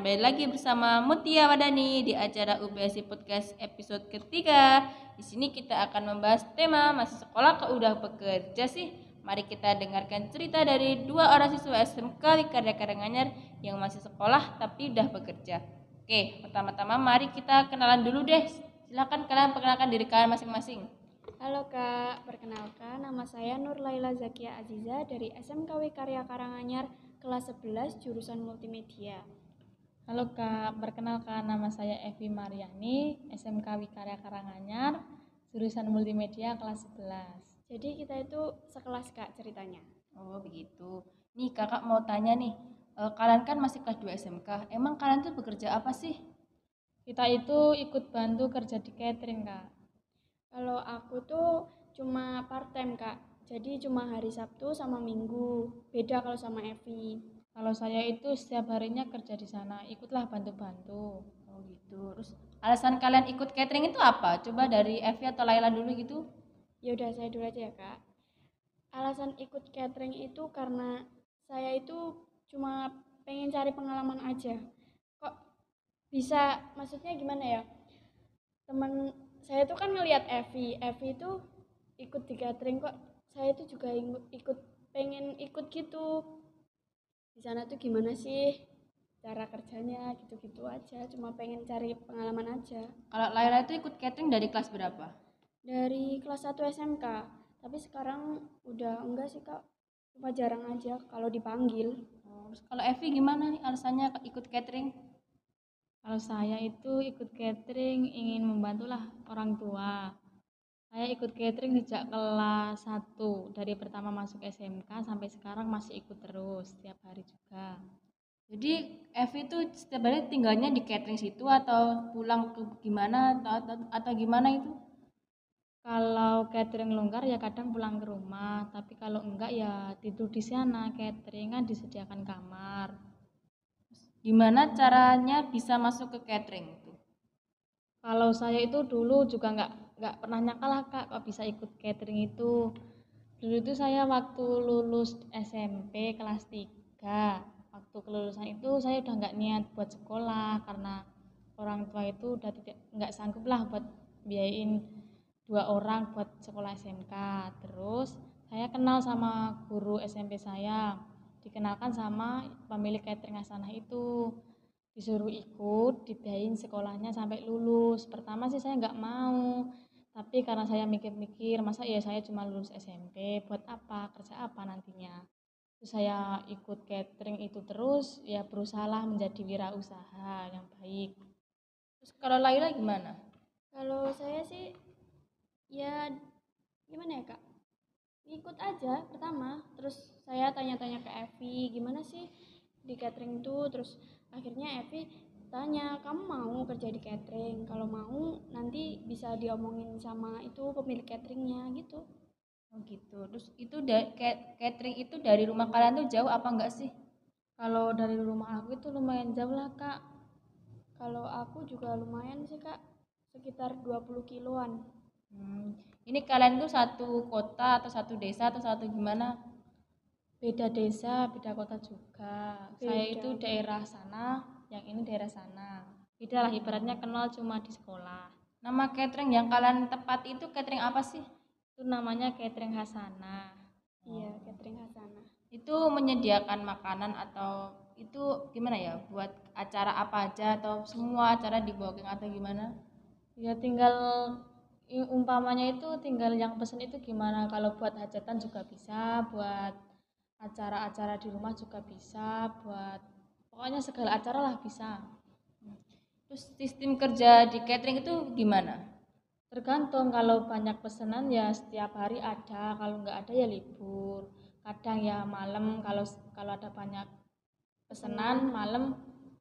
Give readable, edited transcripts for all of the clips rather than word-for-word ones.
kembali lagi bersama Mutia Wadani di acara UBSI Podcast episode ketiga. Di sini kita akan membahas tema masih sekolah ke udah bekerja sih. Mari kita dengarkan cerita dari dua orang siswa SMK Wikarya Karanganyar yang masih sekolah tapi udah bekerja. Oke, pertama-tama mari kita kenalan dulu deh. Silakan kalian perkenalkan diri kalian masing-masing. Halo Kak, perkenalkan nama saya Nur Laila Zakia Aziza dari SMK Wikarya Karanganyar kelas 11 jurusan multimedia. Halo Kak, perkenalkan nama saya Evi Mariani, SMK Wikarya Karanganyar, jurusan multimedia kelas 11. Jadi kita itu sekelas Kak ceritanya. Oh begitu. Nih kakak mau tanya nih, kalian kan masih kelas 2 SMK, emang kalian tuh bekerja apa sih? Kita itu ikut bantu kerja di catering Kak. Kalau aku tuh cuma part time Kak, jadi cuma hari Sabtu sama Minggu. Beda kalau sama Evi. Kalau saya itu setiap harinya kerja di sana, ikutlah bantu-bantu. Oh gitu. Terus alasan kalian ikut catering itu apa? Coba dari Evi atau Laila dulu gitu. Ya udah saya dulu aja ya Kak. Alasan ikut catering itu karena saya itu cuma pengen cari pengalaman aja. Kok bisa, maksudnya gimana ya? Teman saya tuh kan ngelihat Evi itu ikut di catering, kok saya itu juga ikut, pengen ikut gitu. Di sana tuh gimana sih cara kerjanya, gitu-gitu aja, cuma pengen cari pengalaman aja. Kalau Laila itu ikut catering dari kelas berapa? Dari kelas 1 SMK, tapi sekarang udah enggak sih Kak, cuma jarang aja kalau dipanggil. Terus kalau Evi gimana nih alasannya ikut catering? Kalau saya itu ikut catering ingin membantulah orang tua. Saya ikut catering sejak kelas 1, dari pertama masuk SMK sampai sekarang masih ikut terus, setiap hari juga. Jadi Evi itu setiap hari tinggalnya di catering situ atau pulang ke gimana atau gimana itu? Kalau catering longgar ya kadang pulang ke rumah, tapi kalau enggak ya tidur di sana, catering kan disediakan kamar. Gimana caranya bisa masuk ke catering itu? Kalau saya itu dulu juga nggak pernah nyangka lah Kak kok bisa ikut catering itu. Dulu itu saya waktu lulus SMP kelas 3, waktu kelulusan itu saya udah nggak niat buat sekolah karena orang tua itu udah nggak sanggup lah buat biayain 2 orang buat sekolah SMK. Terus saya kenal sama guru SMP saya, dikenalkan sama pemilik catering Hasanah itu, disuruh ikut dibiayain sekolahnya sampai lulus. Pertama sih saya nggak mau, tapi karena saya mikir-mikir masa ya saya cuma lulus SMP buat apa, kerja apa nantinya. Terus saya ikut catering itu terus ya, berusahalah menjadi wirausaha yang baik. Terus kalau Laila gimana? Kalau saya sih ya gimana ya Kak, ngikut aja pertama, terus saya tanya-tanya ke Evi gimana sih di catering itu, terus akhirnya Evi tanya, kamu mau kerja di catering? Kalau mau nanti bisa diomongin sama itu pemilik cateringnya gitu. Oh gitu. Terus itu catering itu dari rumah kalian tuh jauh apa enggak sih? Kalau dari rumah aku itu lumayan jauh lah Kak. Kalau aku juga lumayan sih Kak, sekitar 20 kiloan. Ini kalian tuh satu kota atau satu desa atau satu gimana? Beda desa, beda kota juga. Saya Beda. itu daerah sana, yang ini daerah sana. Beda lah, ibaratnya kenal cuma di sekolah. Nama catering yang kalian tepati itu catering apa sih? Itu namanya catering Hasanah. Iya, catering Hasanah. Itu menyediakan makanan atau itu gimana ya? Buat acara apa aja atau semua acara di booking atau gimana? Ya tinggal umpamanya itu tinggal yang pesen itu gimana. Kalau buat hajatan juga bisa, buat acara-acara di rumah juga bisa, buat pokoknya segala acara lah bisa. Terus sistem kerja di catering itu gimana? Tergantung, kalau banyak pesanan ya setiap hari ada, kalau nggak ada ya libur. Kadang ya malam, kalau ada banyak pesanan malam,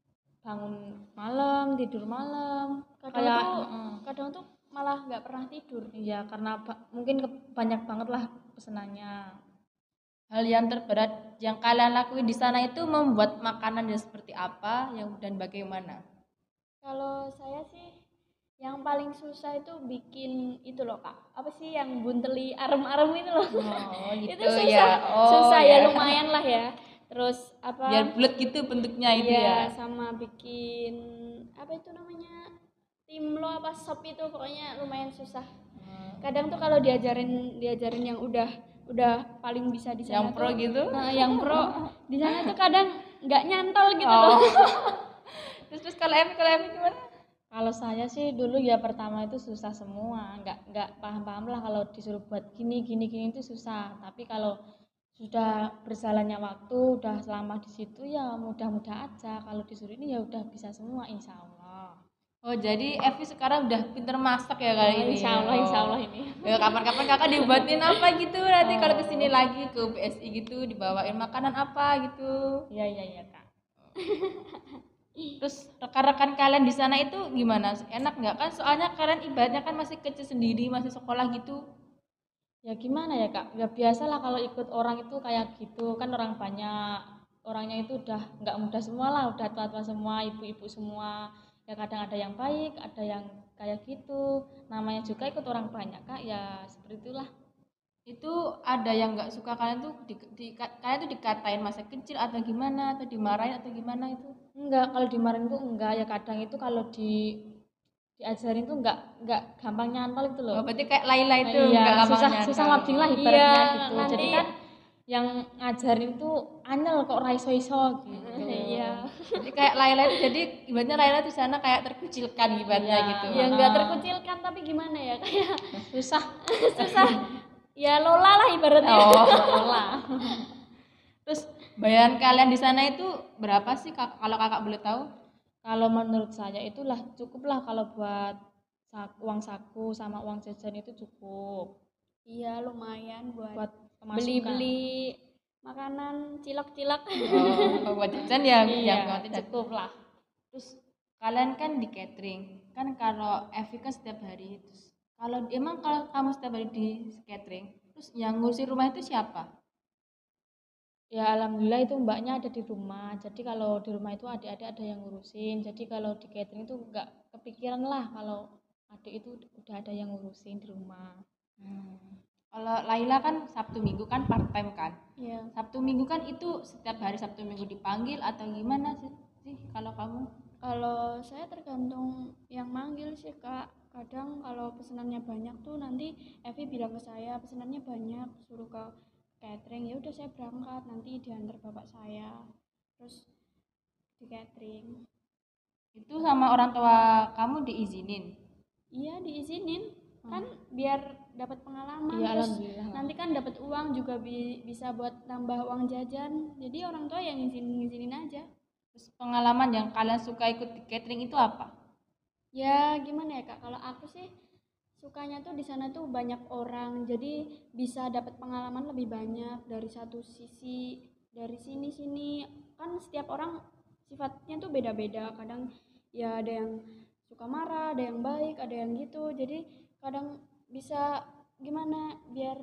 bangun malam, tidur malam. Kadang tuh malah nggak pernah tidur. Iya, karena mungkin banyak banget lah pesenannya. Hal yang terberat yang kalian lakuin di sana itu membuat makanan yang seperti apa dan bagaimana? Kalau saya sih yang paling susah itu bikin itu loh Kak, apa sih yang bunteli arem-arem itu loh. Oh gitu Itu susah, ya. Oh susah ya. ya lumayan lah ya. terus apa Biar bulat gitu bentuknya itu iya, ya. sama bikin apa itu namanya timlo apa sop itu pokoknya lumayan susah. Kadang tuh kalau diajarin yang udah paling bisa di sana Yang pro tuh, gitu. yang pro di sana tuh kadang nggak nyantol gitu Oh. loh. Terus kalau Emi gimana? Kalau saya sih dulu ya pertama itu susah semua, nggak paham-paham lah kalau disuruh buat gini itu susah. Tapi kalau sudah berjalannya waktu, udah selama di situ ya mudah-mudah aja. Kalau disuruh ini ya udah bisa semua, insya Allah. Oh, jadi Evi sekarang udah pinter masak ya kali ini. Insya Allah ini. Ya, kapan-kapan kakak dibuatin apa gitu nanti kalau Oh. kesini lagi ke BSI gitu dibawain makanan apa gitu. Iya Kak. Terus rekan-rekan kalian di sana itu gimana? Enak nggak kan? Soalnya kalian ibaratnya kan masih kecil sendiri, masih sekolah gitu. Ya gimana ya Kak? Ya biasalah kalau ikut orang itu kayak gitu kan orang banyak, orangnya itu udah nggak muda semua lah, udah tua-tua semua, ibu-ibu semua. Ya kadang ada yang baik, ada yang kayak gitu. Namanya juga ikut orang banyak Kak, ya seperti itulah. Itu ada yang nggak suka kalian tuh kalian tuh dikatain masa kecil atau gimana atau dimarahin atau gimana itu? Enggak, kalau dimarahin tuh enggak, ya kadang itu kalau diajarin tuh enggak gampang nyantol itu loh. Oh, berarti kayak Laila itu Iya, nggak gampang susah nyantol. susah ngoding lah ibaratnya Iya, gitu. nanti- Jadi kan yang ngajarin tuh anyel kok ra iso-iso gitu. Iya. Jadi kayak Laila itu jadi ibaratnya Laila di sana kayak terkucilkan ibaratnya Iya. gitu. Ya nggak terkucilkan tapi gimana ya kayak Susah. susah. Ya Lola lah ibaratnya. Oh. Lah. Terus bayaran kalian di sana itu berapa sih kalau kakak boleh tahu? Kalau menurut saya itulah cukuplah kalau buat uang saku sama uang jajan itu cukup Iya lumayan buat buat pemasukan. beli-beli makanan cilok-cilok. Oh, buat jajan ya Iya, buat jajan. cukup lah. Terus kalian kan di catering kan kalau Evi kan setiap hari terus kalau kamu setiap hari di catering terus yang ngurusin rumah itu siapa? Ya alhamdulillah itu mbaknya ada di rumah. Jadi kalau di rumah itu adik-adik ada yang ngurusin. Jadi kalau di catering itu nggak kepikiran lah kalau adik itu udah ada yang ngurusin di rumah. Kalau Laila kan Sabtu Minggu kan part time kan. Iya. Sabtu Minggu kan itu setiap hari Sabtu Minggu dipanggil atau gimana sih kalau kamu? Kalau saya tergantung yang manggil sih Kak. Kadang kalau pesenannya banyak tuh nanti Evi bilang ke saya pesenannya banyak, suruh ke catering. Ya udah saya berangkat, nanti diantar bapak saya. Terus di catering. Itu sama orang tua kamu diizinin? Iya diizinin kan biar dapat pengalaman. Iya Terus alhamdulillah. nanti kan dapat uang juga bisa buat tambah uang jajan. Jadi orang tua yang ngizinin aja. Terus pengalaman yang kalian suka ikut di catering itu apa? Ya gimana ya Kak, kalau aku sih sukanya tuh di sana tuh banyak orang, jadi bisa dapat pengalaman lebih banyak dari satu sisi, dari sini kan setiap orang sifatnya tuh beda-beda. Kadang ya ada yang suka marah, ada yang baik, ada yang gitu. Jadi kadang bisa gimana biar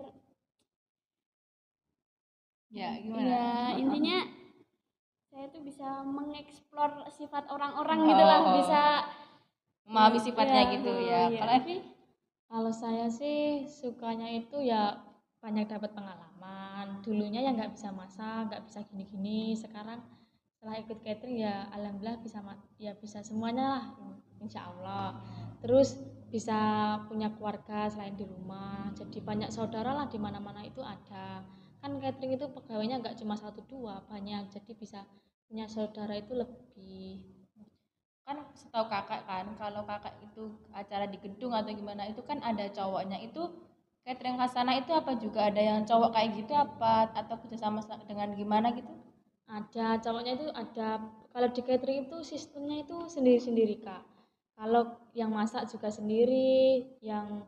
Ya gimana? ya intinya saya tuh bisa mengeksplor sifat orang-orang gitu lah, Oh. bisa Memahami sifatnya Iya, gitu ya. iya. Kalau Evi? Kalau saya sih sukanya itu ya banyak dapat pengalaman. Dulunya ya nggak bisa masak, nggak bisa gini-gini. Sekarang setelah ikut catering ya alhamdulillah ya bisa semuanya lah, insya Allah. Terus bisa punya keluarga selain di rumah. Jadi banyak saudara lah di mana-mana itu ada. Kan catering itu pegawainya nggak cuma 1 2 banyak. Jadi bisa punya saudara itu lebih. Kan setahu kakak kan kalau kakak itu acara di gedung atau gimana itu kan ada cowoknya itu catering khasana itu apa juga ada yang cowok kayak gitu apa atau kerjasama dengan gimana gitu? Ada cowoknya itu ada. Kalau di catering itu sistemnya itu sendiri-sendiri Kak. Kalau yang masak juga sendiri, yang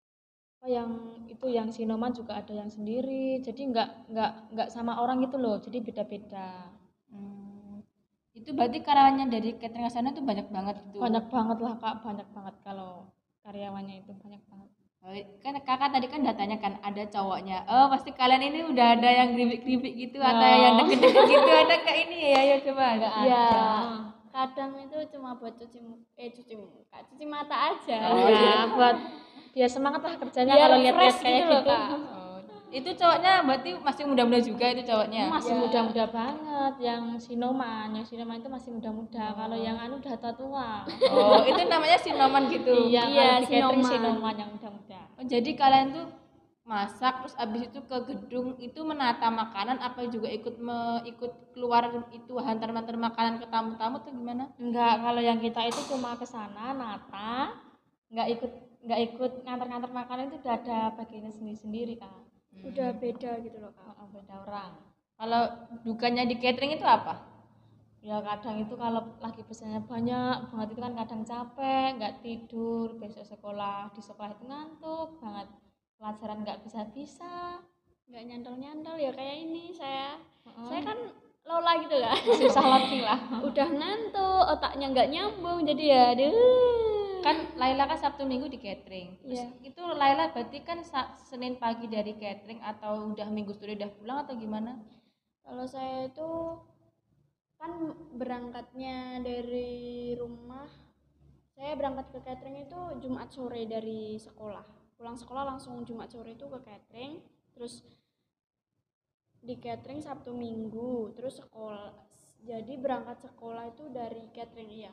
yang sinoman juga ada yang sendiri. Jadi nggak sama orang gitu loh. Jadi beda-beda. Itu berarti karyawannya dari catering khasana itu banyak banget gitu. Banyak banget lah Kak, banyak banget kalau karyawannya itu banyak banget. Oh, kan kakak tadi kan datanya kan ada cowoknya. Oh pasti kalian ini udah ada yang geribik-geribik gitu atau yang deket-deket gitu ada kayak ini ya ya coba. Nggak ya ada. kadang itu cuma buat cuci muka, cuci mata aja. Oh, Ya buat biar semangat lah kerjanya Biar kalau lihat-lihat fresh kayak gitu loh, gitu. Kak. Oh, Itu cowoknya berarti masih muda-muda juga itu cowoknya. Masih Ya. muda-muda banget yang Sinoman itu masih muda-muda. Kalau yang anu udah tua-tua. Oh, itu namanya sinoman gitu. Iya, Iya, kalau di catering Sinoman. Sinoman yang muda-muda. Oh, jadi kalian tuh masak terus abis itu ke gedung itu menata makanan apa juga ikut keluar itu hantar-hantar makanan ke tamu-tamu atau gimana? Enggak, kalau yang kita itu cuma ke sana nata, enggak ikut ngantar-ngantar makanan, itu udah ada bagiannya sendiri-sendiri, Kak. Udah beda gitu loh, Kak. Beda orang. Kalau dukanya di catering itu apa? Ya kadang itu kalau lagi pesannya banyak banget itu kan kadang capek, nggak tidur, besok sekolah, di sekolah itu ngantuk banget, pelajaran nggak bisa-bisa. Nggak nyantol-nyantol ya kayak ini saya. Heeh. Saya kan Lola gitu kan. Susah lagi lah. Udah ngantuk, otaknya nggak nyambung jadi ya aduh. Kan Laila kan Sabtu Minggu di catering. Terus Iya. itu Laila berarti kan Senin pagi dari catering atau udah Minggu sore udah pulang atau gimana? Kalau saya itu kan berangkatnya dari rumah, saya berangkat ke catering itu Jumat sore dari sekolah. Pulang sekolah langsung Jumat sore itu ke catering, terus di catering Sabtu Minggu, terus sekolah. Jadi berangkat sekolah itu dari catering iya.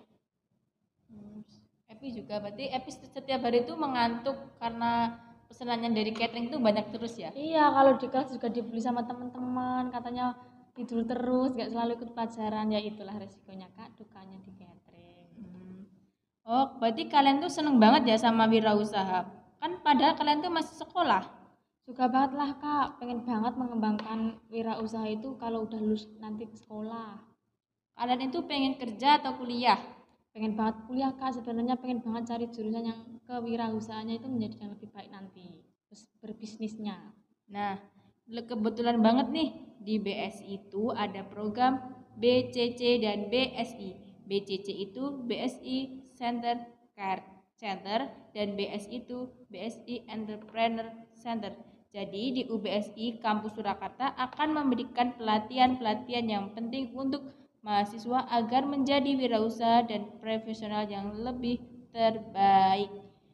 Epi juga berarti Epi setiap hari itu mengantuk karena pesanannya dari catering itu banyak terus ya? Iya, kalau di kelas juga dibully sama teman-teman, katanya tidur terus, nggak selalu ikut pelajaran. Ya itulah resikonya, Kak, dukanya di catering. Oh, berarti kalian tuh seneng banget ya sama wirausaha. Kan padahal kalian tuh masih sekolah. Suka banget lah, Kak, pengen banget mengembangkan wirausaha itu kalau udah lulus nanti ke sekolah. Kalian itu pengen kerja atau kuliah? Pengen banget kuliah, Kak, sebenarnya pengen banget cari jurusan yang kewirausahaannya itu menjadi yang lebih baik nanti, terus berbisnisnya. Nah, kebetulan banget nih di BSI itu ada program BCC dan BSI. BCC itu BSI Center Care Center dan BSI itu BSI Entrepreneur Center. Jadi di UBSI Kampus Surakarta akan memberikan pelatihan-pelatihan yang penting untuk mahasiswa agar menjadi wirausaha dan profesional yang lebih terbaik.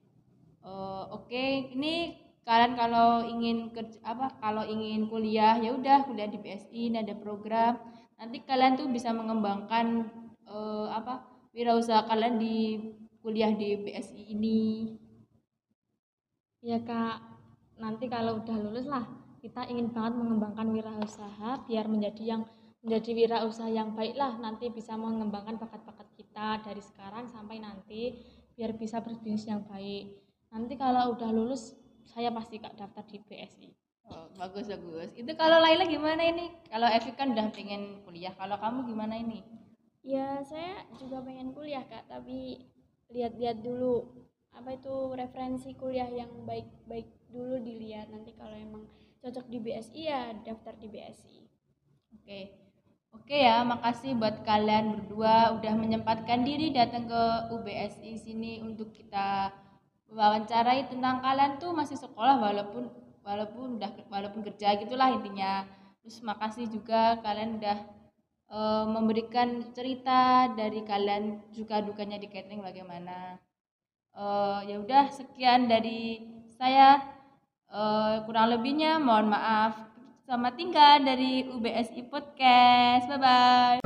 Oke, ini kalian kalau ingin kalau ingin kuliah ya udah kuliah di BSI, ini ada program. Nanti kalian tuh bisa mengembangkan wirausaha kalian di kuliah di BSI ini. Ya, Kak, nanti kalau udah lulus lah, kita ingin banget mengembangkan wirausaha biar menjadi wirausaha yang baik lah, nanti bisa mengembangkan bakat-bakat kita dari sekarang sampai nanti biar bisa berbisnis yang baik. Nanti kalau udah lulus saya pasti, Kak, daftar di BSI. Oh, bagus bagus. Itu kalau Laila gimana ini? Kalau Evi kan udah pengen kuliah. Kalau kamu gimana ini? Ya saya juga pengen kuliah Kak, tapi lihat-lihat dulu apa itu referensi kuliah yang baik-baik dulu dilihat, nanti kalau emang cocok di BSI ya daftar di BSI. Oke. Oke ya, makasih buat kalian berdua udah menyempatkan diri datang ke UBSI sini untuk kita wawancarai tentang kalian tuh masih sekolah walaupun kerja gitulah intinya. Terus makasih juga kalian udah memberikan cerita dari kalian suka dukanya di catering bagaimana. Ya udah sekian dari saya. Kurang lebihnya mohon maaf. Selamat tinggal dari UBSI Podcast. Bye bye.